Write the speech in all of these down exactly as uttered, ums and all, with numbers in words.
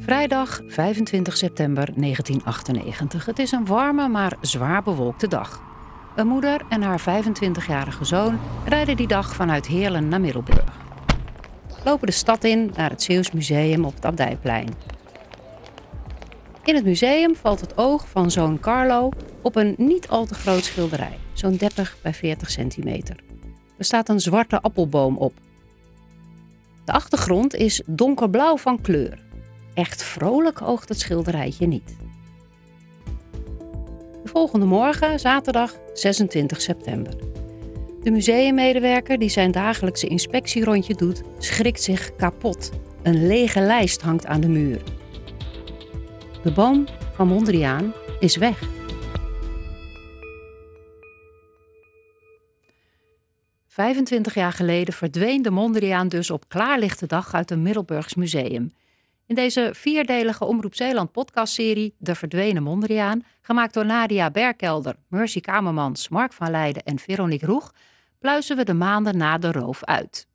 Vrijdag vijfentwintig september negentien achtennegentig. Het is een warme, maar zwaar bewolkte dag. Een moeder en haar vijfentwintigjarige zoon rijden die dag vanuit Heerlen naar Middelburg. Lopen de stad in naar het Zeeuws Museum op het Abdijplein. In het museum valt het oog van zoon Carlo op een niet al te groot schilderij, zo'n dertig bij veertig centimeter. Er staat een zwarte appelboom op. De achtergrond is donkerblauw van kleur. Echt vrolijk oogt het schilderijtje niet. De volgende morgen, zaterdag zesentwintig september. De museummedewerker die zijn dagelijkse inspectierondje doet, schrikt zich kapot. Een lege lijst hangt aan de muur. De boom van Mondriaan is weg. vijfentwintig jaar geleden verdween de Mondriaan dus op klaarlichte dag uit een Middelburgs museum. In deze vierdelige Omroep Zeeland podcastserie De Verdwenen Mondriaan, gemaakt door Nadia Berkelder, Mercy Kamermans, Mark van Leijden en Veronique Roeg, pluizen we de maanden na de roof uit.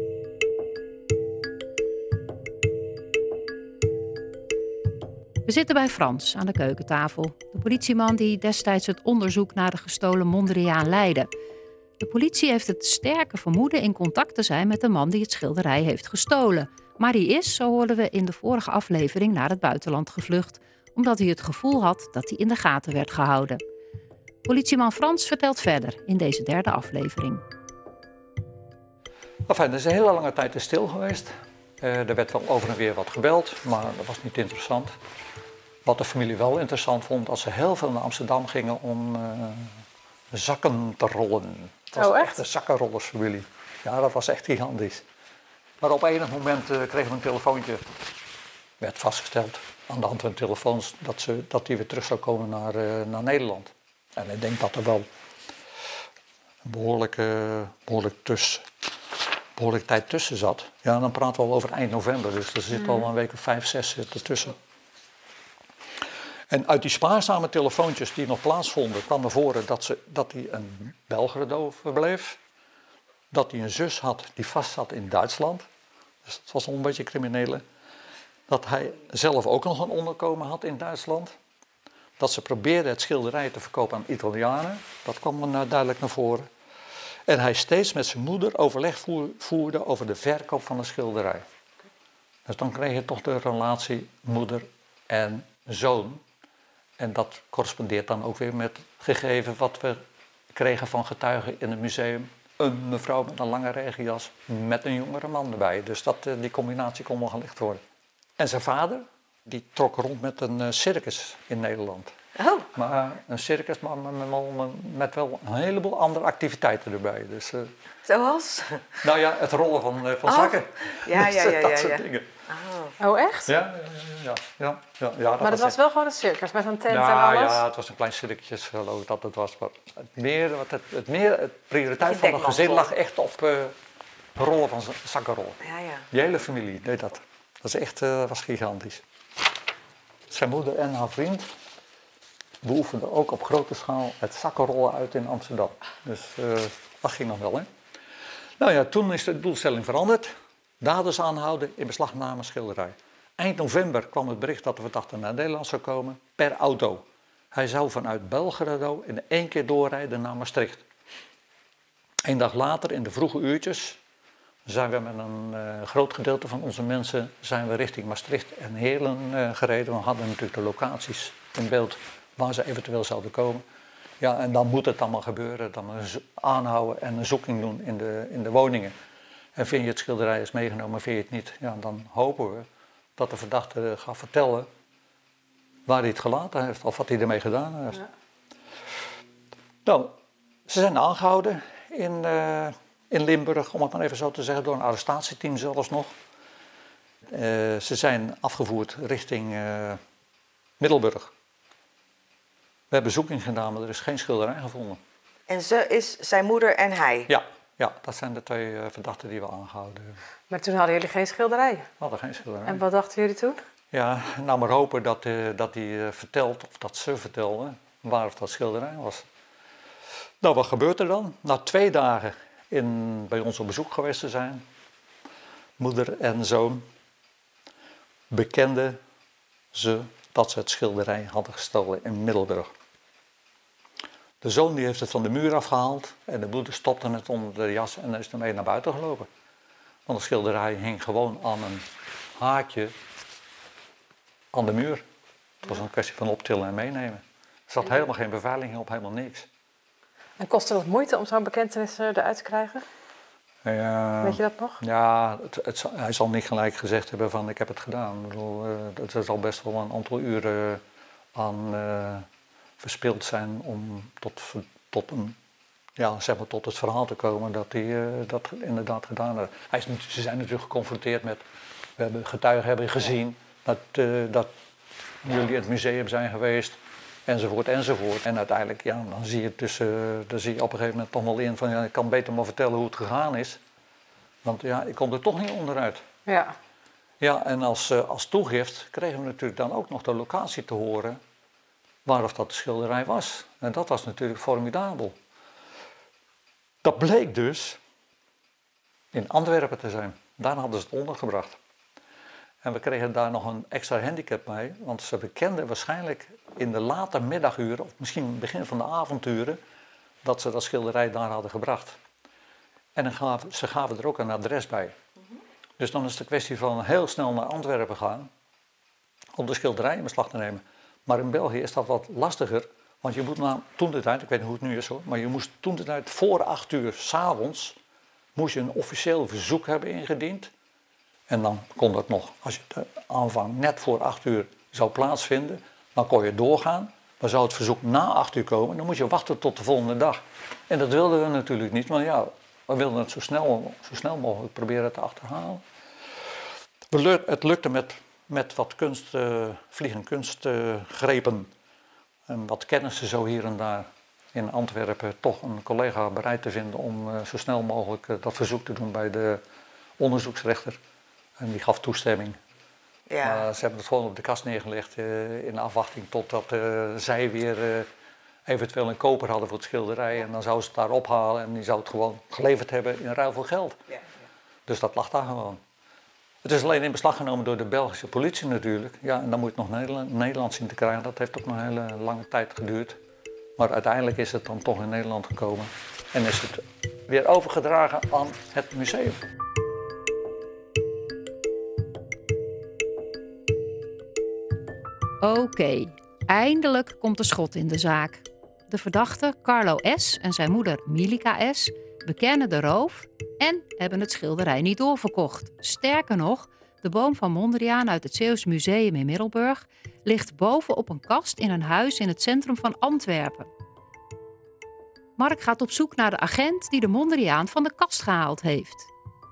We zitten bij Frans aan de keukentafel, de politieman die destijds het onderzoek naar de gestolen Mondriaan leidde. De politie heeft het sterke vermoeden in contact te zijn met de man die het schilderij heeft gestolen. Maar die is, zo hoorden we in de vorige aflevering, naar het buitenland gevlucht, omdat hij het gevoel had dat hij in de gaten werd gehouden. Politieman Frans vertelt verder in deze derde aflevering. Enfin, er is een hele lange tijd te stil geweest. Uh, er werd wel over en weer wat gebeld, maar dat was niet interessant. Wat de familie wel interessant vond, dat ze heel veel naar Amsterdam gingen om uh, zakken te rollen. Het was oh, echt? echt een zakkenrollersfamilie. Ja, dat was echt gigantisch. Maar op enig moment uh, kregen we een telefoontje. Werd vastgesteld aan de hand van telefoons dat, ze, dat die weer terug zou komen naar, uh, naar Nederland. En ik denk dat er wel een behoorlijke, behoorlijk, tuss, behoorlijk tijd tussen zat. Ja, dan praten we al over eind november, dus er zit mm. al een week of vijf, zes ertussen. En uit die spaarzame telefoontjes die nog plaatsvonden kwam naar voren dat, ze, dat hij een Belgrado verbleef. Dat hij een zus had die vast zat in Duitsland. Dus dat was nog een beetje criminele. Dat hij zelf ook nog een onderkomen had in Duitsland. Dat ze probeerden het schilderij te verkopen aan Italianen. Dat kwam er nou duidelijk naar voren. En hij steeds met zijn moeder overleg voerde over de verkoop van een schilderij. Dus dan kreeg je toch de relatie moeder en zoon. En dat correspondeert dan ook weer met het gegeven wat we kregen van getuigen in het museum. Een mevrouw met een lange regenjas met een jongere man erbij. Dus dat, die combinatie kon wel gelegd worden. En zijn vader, die trok rond met een circus in Nederland. Oh. Maar een circus, maar met wel een heleboel andere activiteiten erbij. Dus, uh, Zoals? Nou ja, het rollen van, uh, van oh. zakken. Ja, ja, ja. dat ja, soort ja. dingen. Oh, oh echt? Ja, ja, ja. ja, ja dat maar het was echt... wel gewoon een circus met een tent ja, en alles? Ja, het was een klein circusje, geloof ik dat het was. Maar het meer, wat het, het meer, het prioriteit van het gezin lag echt op uh, rollen van zakkenrollen. Ja, ja. Die hele familie deed dat. Dat was echt uh, was gigantisch. Zijn moeder en haar vriend beoefenden ook op grote schaal het zakkenrollen uit in Amsterdam. Dus uh, dat ging nog wel, hè. Nou ja, toen is de doelstelling veranderd. Daders aanhouden, in beslagname schilderij. Eind november kwam het bericht dat de verdachte naar Nederland zou komen per auto. Hij zou vanuit Belgrado in één keer doorrijden naar Maastricht. Eén dag later, in de vroege uurtjes, zijn we met een uh, groot gedeelte van onze mensen zijn we richting Maastricht en Heerlen uh, gereden. We hadden natuurlijk de locaties in beeld waar ze eventueel zouden komen. Ja, en dan moet het allemaal gebeuren. Dan aanhouden en een zoeking doen in de, in de woningen. En vind je het schilderij is meegenomen, vind je het niet, ja, dan hopen we dat de verdachte gaat vertellen waar hij het gelaten heeft of wat hij ermee gedaan heeft. Ja. Nou, ze zijn aangehouden in, uh, in Limburg, om het maar even zo te zeggen, door een arrestatieteam zelfs nog. Uh, ze zijn afgevoerd richting uh, Middelburg. We hebben zoeking gedaan, maar er is geen schilderij gevonden. En ze is zijn moeder en hij? Ja. Ja, dat zijn de twee uh, verdachten die we aangehouden hebben. Maar toen hadden jullie geen schilderij? We hadden geen schilderij. En wat dachten jullie toen? Ja, nou maar hopen dat, uh, dat hij uh, vertelt, of dat ze vertelde, waar of dat schilderij was. Nou, wat gebeurt er dan? Na twee dagen in, bij ons op bezoek geweest te zijn, moeder en zoon bekenden ze dat ze het schilderij hadden gestolen in Middelburg. De zoon die heeft het van de muur afgehaald en de moeder stopte het onder de jas en is ermee naar buiten gelopen. Want het schilderij hing gewoon aan een haakje aan de muur. Het was een kwestie van optillen en meenemen. Er zat helemaal geen beveiliging op, helemaal niks. En kostte het moeite om zo'n bekentenis eruit te krijgen? Ja, Weet je dat nog? Ja, het, het, hij zal niet gelijk gezegd hebben van ik heb het gedaan. Ik bedoel, uh, er zal best wel een aantal uren aan uh, verspild zijn om tot, tot, een, ja, zeg maar tot het verhaal te komen dat hij uh, dat inderdaad gedaan heeft. Hij is, ze zijn natuurlijk geconfronteerd met, we hebben getuigen hebben gezien dat, uh, dat jullie in het museum zijn geweest. Enzovoort, enzovoort. En uiteindelijk, ja, dan zie je, dus, uh, dan zie je op een gegeven moment toch wel in van, ja, ik kan beter maar vertellen hoe het gegaan is. Want ja, ik kom er toch niet onderuit. Ja. Ja, en als, uh, als toegift kregen we natuurlijk dan ook nog de locatie te horen waar of dat de schilderij was. En dat was natuurlijk formidabel. Dat bleek dus in Antwerpen te zijn. Daar hadden ze het ondergebracht. En we kregen daar nog een extra handicap mee, want ze bekenden waarschijnlijk in de late middaguren, of misschien begin van de avonduren, dat ze dat schilderij daar hadden gebracht. En dan gaven, ze gaven er ook een adres bij. Mm-hmm. Dus dan is het een kwestie van heel snel naar Antwerpen gaan om de schilderij in beslag te nemen. Maar in België is dat wat lastiger, want je moet na, toen de tijd, ik weet niet hoe het nu is hoor, maar je moest toen de tijd voor acht uur 's avonds moest je een officieel verzoek hebben ingediend. En dan kon dat nog, als je de aanvang net voor acht uur zou plaatsvinden, dan kon je doorgaan. Maar zou het verzoek na acht uur komen, dan moet je wachten tot de volgende dag. En dat wilden we natuurlijk niet, maar ja, we wilden het zo snel, zo snel mogelijk proberen te achterhalen. Het lukte met, met wat kunst, uh, vliegende kunstgrepen uh, en wat kennissen zo hier en daar in Antwerpen toch een collega bereid te vinden om uh, zo snel mogelijk uh, dat verzoek te doen bij de onderzoeksrechter. En die gaf toestemming. Ja. Maar ze hebben het gewoon op de kast neergelegd uh, in afwachting totdat uh, zij weer uh, eventueel een koper hadden voor het schilderij. En dan zou ze het daar ophalen en die zou het gewoon geleverd hebben in ruil voor geld. Ja, ja. Dus dat lag daar gewoon. Het is alleen in beslag genomen door de Belgische politie natuurlijk. Ja, en dan moet je het nog Nederland, Nederland zien te krijgen. Dat heeft ook nog een hele lange tijd geduurd. Maar uiteindelijk is het dan toch in Nederland gekomen. En is het weer overgedragen aan het museum. Oké, okay. Eindelijk komt de schot in de zaak. De verdachte Carlo S. en zijn moeder Milica S. bekennen de roof en hebben het schilderij niet doorverkocht. Sterker nog, de boom van Mondriaan uit het Zeeuws Museum in Middelburg ligt boven op een kast in een huis in het centrum van Antwerpen. Mark gaat op zoek naar de agent die de Mondriaan van de kast gehaald heeft.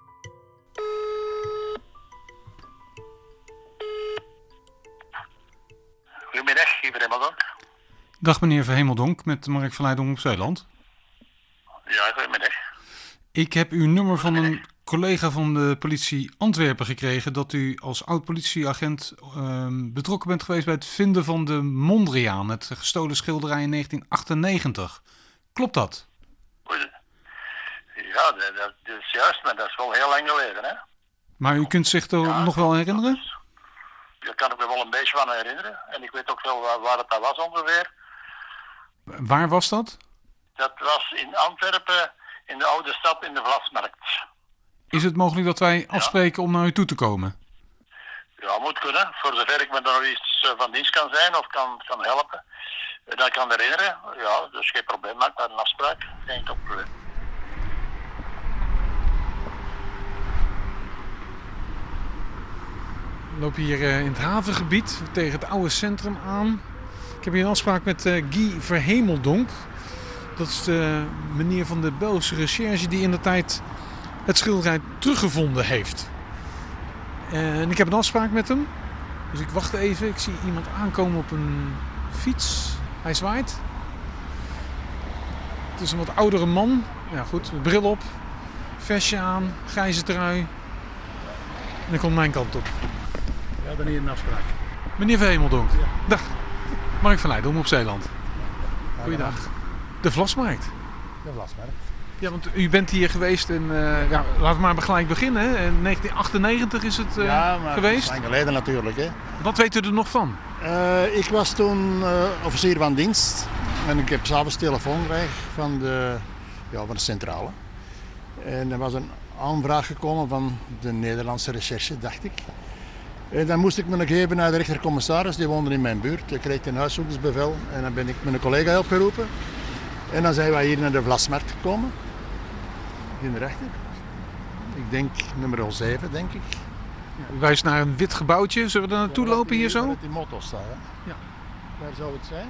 Goedemiddag, Verhemeldonk. Dag meneer Verhemeldonk, met Mark van Leidonk op Zeeland. Ja, goedemiddag. Ik heb uw nummer van een collega van de politie Antwerpen gekregen dat u als oud-politieagent uh, betrokken bent geweest bij het vinden van de Mondriaan, het gestolen schilderij in negentien achtennegentig. Klopt dat? Ja, dat, dat is juist, maar dat is wel heel lang geleden, hè. Maar u kunt zich er ja, nog wel herinneren? Daar kan ik me wel een beetje van herinneren. En ik weet ook wel waar, waar het dat was ongeveer. Waar was dat? Dat was in Antwerpen, in de oude stad, in de Vlasmarkt. Is het mogelijk dat wij afspreken ja. om naar u toe te komen? Ja, moet kunnen. Voor zover ik me nog iets van dienst kan zijn of kan, kan helpen. Dat kan herinneren. Ja, dat is geen probleem. Maak daar een afspraak. Geen enkel probleem. Ik loop hier uh, in het havengebied tegen het oude centrum aan. Ik heb hier een afspraak met uh, Guy Verhemeldonk. Dat is de meneer van de Belgische recherche die in de tijd het schilderij teruggevonden heeft. Uh, en ik heb een afspraak met hem. Dus ik wacht even. Ik zie iemand aankomen op een fiets. Hij zwaait. Het is een wat oudere man. Ja goed, bril op. Vestje aan. Grijze trui. En dan komt mijn kant op. Ja, dan hier een afspraak. Meneer Verhemeldonk. Ja. Dag. Mark van Leidonk op Zeeland. Goeiedag. De Vlasmarkt. De Vlasmarkt. Ja, want u bent hier geweest in, uh, ja, laten we maar gelijk beginnen. Hè? In negentien achtennegentig is het uh, ja, maar geweest. Dat is lang geleden natuurlijk. Hè. Wat weet u er nog van? Uh, ik was toen uh, officier van dienst en ik heb s'avonds telefoon gekregen van de, ja, van de centrale. En er was een aanvraag gekomen van de Nederlandse recherche, dacht ik. En dan moest ik me nog geven naar de rechtercommissaris, die woonde in mijn buurt. Ik kreeg een huiszoekersbevel en dan ben ik met een collega opgeroepen. En dan zijn wij hier naar de Vlasmarkt gekomen. In de rechter. Ik denk nummer zeven, denk ik. Ja, u wijst naar een wit gebouwtje. Zullen we er naartoe ja, lopen hier zo? Waar die motto staat, hè? Ja. Waar zou het zijn?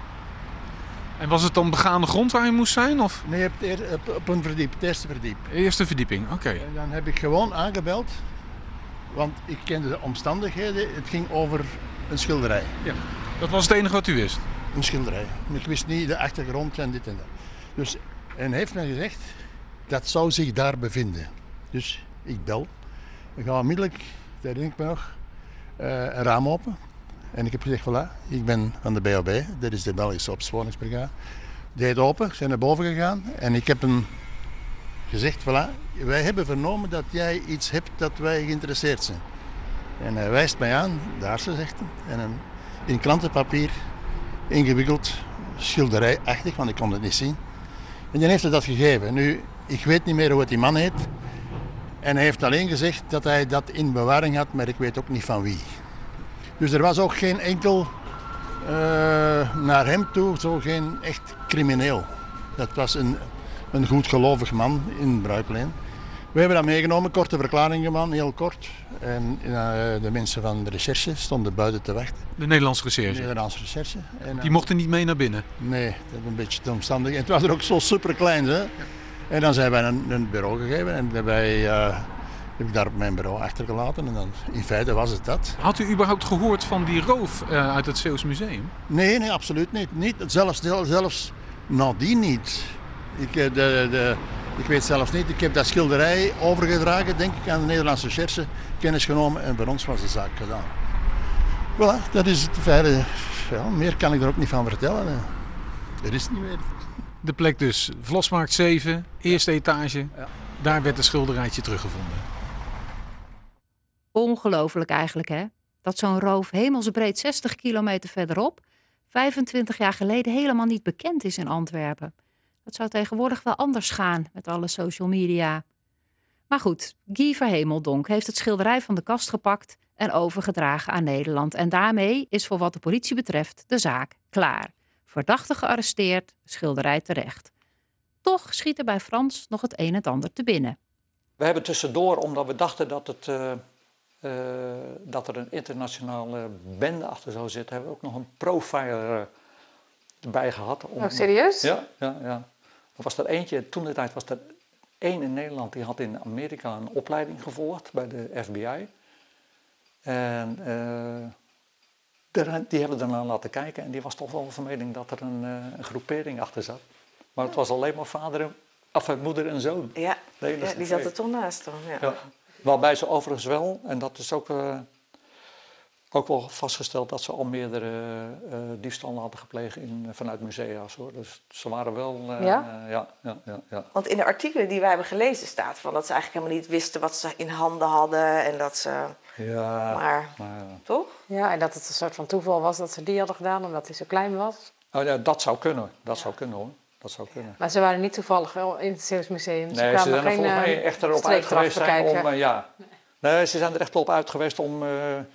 En was het dan begaande grond waar u moest zijn? Of? Nee, op, het, op een verdiep, het eerste verdiep. Eerste verdieping, oké. Okay. En dan heb ik gewoon aangebeld. Want ik kende de omstandigheden. Het ging over een schilderij. Ja. Dat was het enige wat u wist? Een schilderij. Ik wist niet de achtergrond en dit en dat. Dus, en hij heeft mij gezegd, dat zou zich daar bevinden. Dus ik bel. Ik ga onmiddellijk, daar denk ik me nog, uh, een raam open. En ik heb gezegd, voilà, ik ben van de B O B. Dit is de Belgische Opsporingsbrigade. Deed open, ik ben naar boven gegaan. En ik heb hem gezegd, voilà, wij hebben vernomen dat jij iets hebt dat wij geïnteresseerd zijn. En hij wijst mij aan, daar ze zegt hij. En een, in krantenpapier ingewikkeld, schilderijachtig, want ik kon het niet zien. En dan heeft hij dat gegeven. Nu, ik weet niet meer hoe het die man heet. En hij heeft alleen gezegd dat hij dat in bewaring had, maar ik weet ook niet van wie. Dus er was ook geen enkel uh, naar hem toe, zo geen echt crimineel. Dat was een, een goedgelovig man in Bruikleen. We hebben dat meegenomen, korte verklaring gemaakt, heel kort. En uh, de mensen van de recherche stonden buiten te wachten. De Nederlandse recherche? De Nederlandse recherche. En, die mochten niet mee naar binnen? Nee, dat is een beetje de omstandigheden. Het was er ook zo super klein. Hè? En dan zijn wij een, een bureau gegeven en daarbij uh, heb ik daar op mijn bureau achtergelaten. En dan, in feite was het dat. Had u überhaupt gehoord van die roof uh, uit het Zeeuws Museum? Nee, nee, absoluut niet. niet zelfs, zelfs nadien niet. Ik, de, de, ik weet zelfs niet. Ik heb dat schilderij overgedragen, denk ik, aan de Nederlandse recherche, kennis genomen en voor ons was de zaak gedaan. Voilà, dat is het feit. Ja, meer kan ik er ook niet van vertellen. Er is niet meer. De plek dus, Vlasmarkt zeven, eerste etage. Ja. Daar werd een schilderijtje teruggevonden. Ongelooflijk eigenlijk, hè? Dat zo'n roof hemelsbreed zestig kilometer verderop, vijfentwintig jaar geleden helemaal niet bekend is in Antwerpen. Dat zou tegenwoordig wel anders gaan met alle social media. Maar goed, Guy Verhemeldonk heeft het schilderij van de kast gepakt en overgedragen aan Nederland. En daarmee is voor wat de politie betreft de zaak klaar. Verdachte gearresteerd, schilderij terecht. Toch schiet er bij Frans nog het een en het ander te binnen. We hebben tussendoor, omdat we dachten dat, het, uh, uh, dat er een internationale bende achter zou zitten, hebben we ook nog een profiler uh, erbij gehad. Om... Oh, serieus? Ja, ja, ja. Er was er eentje, toen de tijd was er één in Nederland, die had in Amerika een opleiding gevolgd bij de F B I. En uh, die hebben daarna laten kijken en die was toch wel van mening dat er een, uh, een groepering achter zat. Maar het was alleen maar vader en, of moeder en zoon. Ja, ja die zat er toch naast dan. Ja. Ja. Waarbij ze overigens wel, en dat is ook, uh, ook wel vastgesteld, dat ze al meerdere uh, diefstallen hadden gepleegd in, vanuit musea's. Hoor. Dus ze waren wel... Uh, ja? Uh, ja, ja, ja, ja. Want in de artikelen die wij hebben gelezen staat van dat ze eigenlijk helemaal niet wisten wat ze in handen hadden. En dat ze... Ja. Maar, ja. toch? Ja, en dat het een soort van toeval was dat ze die hadden gedaan omdat hij zo klein was. Oh, ja, dat zou kunnen, dat ja. zou kunnen hoor. Dat zou kunnen. Maar ze waren niet toevallig wel in het Zeeuws Museum. Ze nee, ze zijn er geen, volgens mij echt erop uit geweest zijn om... Uh, ja. nee. nee, ze zijn er echt op uit geweest om... Uh,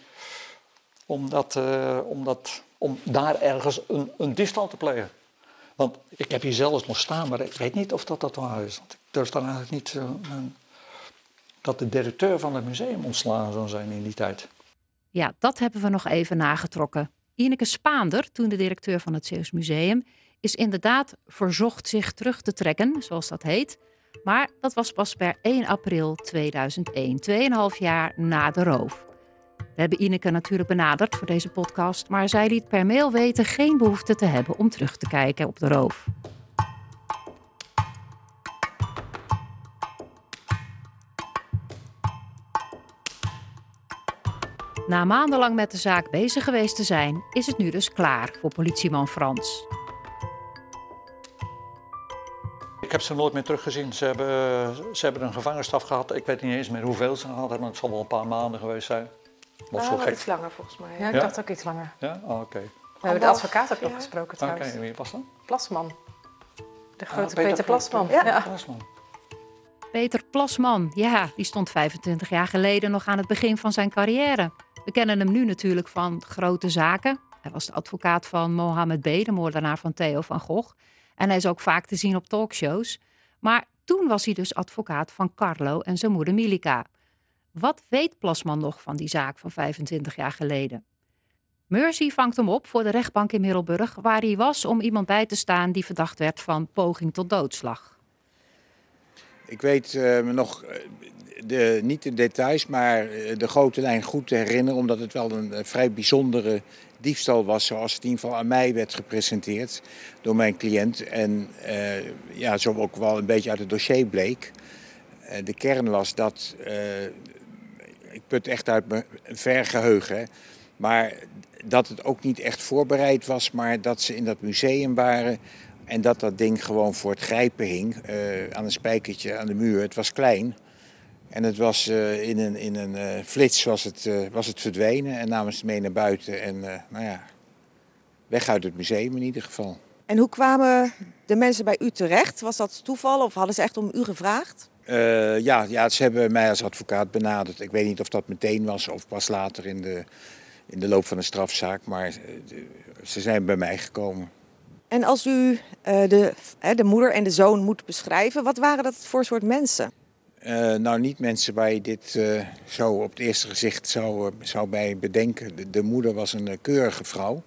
om, dat, uh, om, dat, om daar ergens een, een diefstal te plegen. Want ik heb hier zelfs nog staan, maar ik weet niet of dat dat waar is. Want ik durf dan eigenlijk niet... Uh, uh, dat de directeur van het museum ontslagen zou zijn in die tijd. Ja, dat hebben we nog even nagetrokken. Ineke Spaander, toen de directeur van het Zeeuws Museum, is inderdaad verzocht zich terug te trekken, zoals dat heet. Maar dat was pas per één april tweeduizend één, tweeënhalf jaar na de roof. We hebben Ineke natuurlijk benaderd voor deze podcast, maar zij liet per mail weten geen behoefte te hebben om terug te kijken op de roof. Na maandenlang met de zaak bezig geweest te zijn, is het nu dus klaar voor politieman Frans. Ik heb ze nooit meer teruggezien. Ze hebben, ze hebben een gevangenschap gehad. Ik weet niet eens meer hoeveel ze gehad hebben. Het zal wel een paar maanden geweest zijn. Wat Ah, zo wel gek. iets langer volgens mij. Ja, ik Ja? dacht ook iets langer. Ja, oh, oké. Okay. We hebben de advocaat ook nog gesproken Oké, trouwens. en wie was dat? Plasman. De grote Peter Peter Plasman. Ja. Ja. Plasman. Peter Plasman, ja, die stond vijfentwintig jaar geleden nog aan het begin van zijn carrière. We kennen hem nu natuurlijk van grote zaken. Hij was de advocaat van Mohammed B., de moordenaar van Theo van Gogh. En hij is ook vaak te zien op talkshows. Maar toen was hij dus advocaat van Carlo en zijn moeder Milica. Wat weet Plasman nog van die zaak van vijfentwintig jaar geleden? Mercy vangt hem op voor de rechtbank in Middelburg, waar hij was om iemand bij te staan die verdacht werd van poging tot doodslag. Ik weet uh, me nog, de, niet de details, maar de grote lijn goed te herinneren, omdat het wel een, een vrij bijzondere diefstal was, zoals het in ieder geval aan mij werd gepresenteerd door mijn cliënt. En uh, ja, zo ook wel een beetje uit het dossier bleek. Uh, de kern was dat, uh, ik put echt uit mijn ver geheugen, hè, maar dat het ook niet echt voorbereid was, maar dat ze in dat museum waren en dat dat ding gewoon voor het grijpen hing, uh, aan een spijkertje aan de muur. Het was klein en het was uh, in een, in een uh, flits was het, uh, was het verdwenen en namen ze het mee naar buiten en uh, nou ja, weg uit het museum in ieder geval. En hoe kwamen de mensen bij u terecht? Was dat toeval of hadden ze echt om u gevraagd? Uh, ja, ja, ze hebben mij als advocaat benaderd. Ik weet niet of dat meteen was of pas later in de, in de loop van de strafzaak, maar uh, ze zijn bij mij gekomen. En als u uh, de, uh, de moeder en de zoon moet beschrijven, wat waren dat voor soort mensen? Uh, nou, niet mensen waar je dit uh, zo op het eerste gezicht zou, uh, zou bij bedenken. De, de moeder was een uh, keurige vrouw.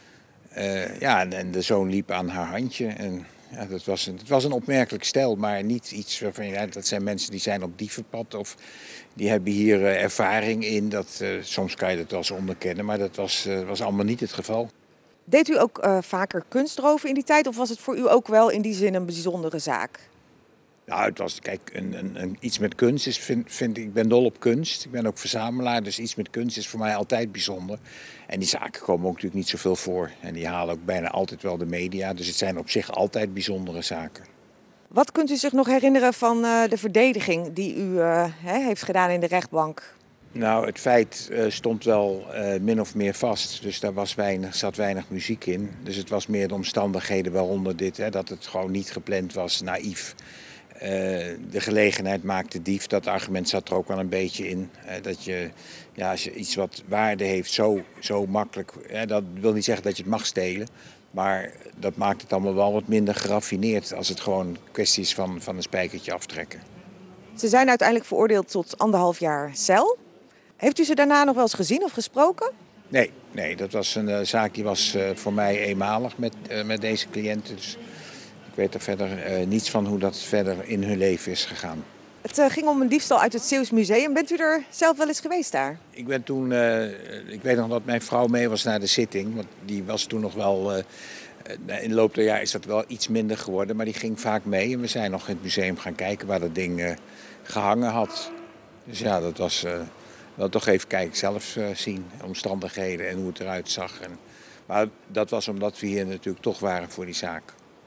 Uh, ja, en, en de zoon liep aan haar handje. En, ja, dat was een, het was een opmerkelijk stel, maar niet iets waarvan je... Ja, dat zijn mensen die zijn op dievenpad of die hebben hier uh, ervaring in. Dat, uh, soms kan je dat wel eens onderkennen, maar dat was, uh, was allemaal niet het geval. Deed u ook uh, vaker kunstroven in die tijd of was het voor u ook wel in die zin een bijzondere zaak? Nou, het was, kijk, een, een, een, iets met kunst is, vind, vind ik, ben dol op kunst. Ik ben ook verzamelaar, dus iets met kunst is voor mij altijd bijzonder. En die zaken komen ook natuurlijk niet zoveel voor. En die halen ook bijna altijd wel de media, dus het zijn op zich altijd bijzondere zaken. Wat kunt u zich nog herinneren van uh, de verdediging die u uh, he, heeft gedaan in de rechtbank? Nou, het feit uh, stond wel uh, min of meer vast, dus daar was weinig, zat weinig muziek in. Dus het was meer de omstandigheden waaronder dit, hè, dat het gewoon niet gepland was, naïef. Uh, de gelegenheid maakte dief, dat argument zat er ook wel een beetje in. Uh, dat je, ja, als je iets wat waarde heeft, zo, zo makkelijk, hè, dat wil niet zeggen dat je het mag stelen. Maar dat maakt het allemaal wel wat minder geraffineerd als het gewoon kwestie is van, van een spijkertje aftrekken. Ze zijn uiteindelijk veroordeeld tot anderhalf jaar cel. Heeft u ze daarna nog wel eens gezien of gesproken? Nee, nee, dat was een uh, zaak die was uh, voor mij eenmalig met, uh, met deze cliënten. Dus ik weet er verder uh, niets van hoe dat verder in hun leven is gegaan. Het uh, ging om een diefstal uit het Zeeuws Museum. Bent u er zelf wel eens geweest daar? Ik ben toen, uh, ik weet nog dat mijn vrouw mee was naar de zitting. Want die was toen nog wel, uh, in de loop der jaren is dat wel iets minder geworden. Maar die ging vaak mee en we zijn nog in het museum gaan kijken waar dat ding uh, gehangen had. Dus ja, dat was uh, wel toch even kijken, zelf uh, zien, omstandigheden en hoe het eruit zag. En, maar dat was omdat we hier natuurlijk toch waren voor die zaak.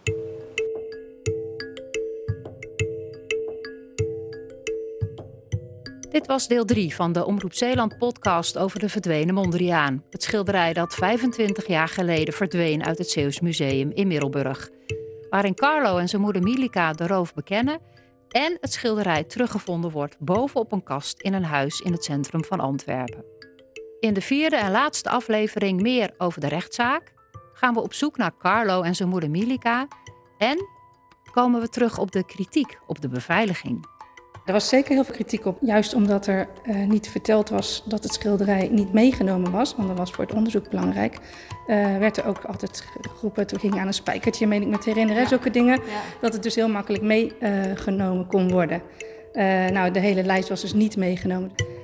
Dit was deel drie van de Omroep Zeeland podcast over de verdwenen Mondriaan. Het schilderij dat vijfentwintig jaar geleden verdween uit het Zeeuws Museum in Middelburg. Waarin Carlo en zijn moeder Milica de roof bekennen en het schilderij teruggevonden wordt bovenop een kast in een huis in het centrum van Antwerpen. In de vierde en laatste aflevering meer over de rechtszaak, gaan we op zoek naar Carlo en zijn moeder Milica en komen we terug op de kritiek op de beveiliging. Er was zeker heel veel kritiek op, juist omdat er uh, niet verteld was dat het schilderij niet meegenomen was, want dat was voor het onderzoek belangrijk, uh, werd er ook altijd geroepen, toen ging aan een spijkertje, meen ik me te herinneren, ja. Zulke dingen, ja. Dat het dus heel makkelijk meegenomen uh, kon worden. Uh, nou, de hele lijst was dus niet meegenomen.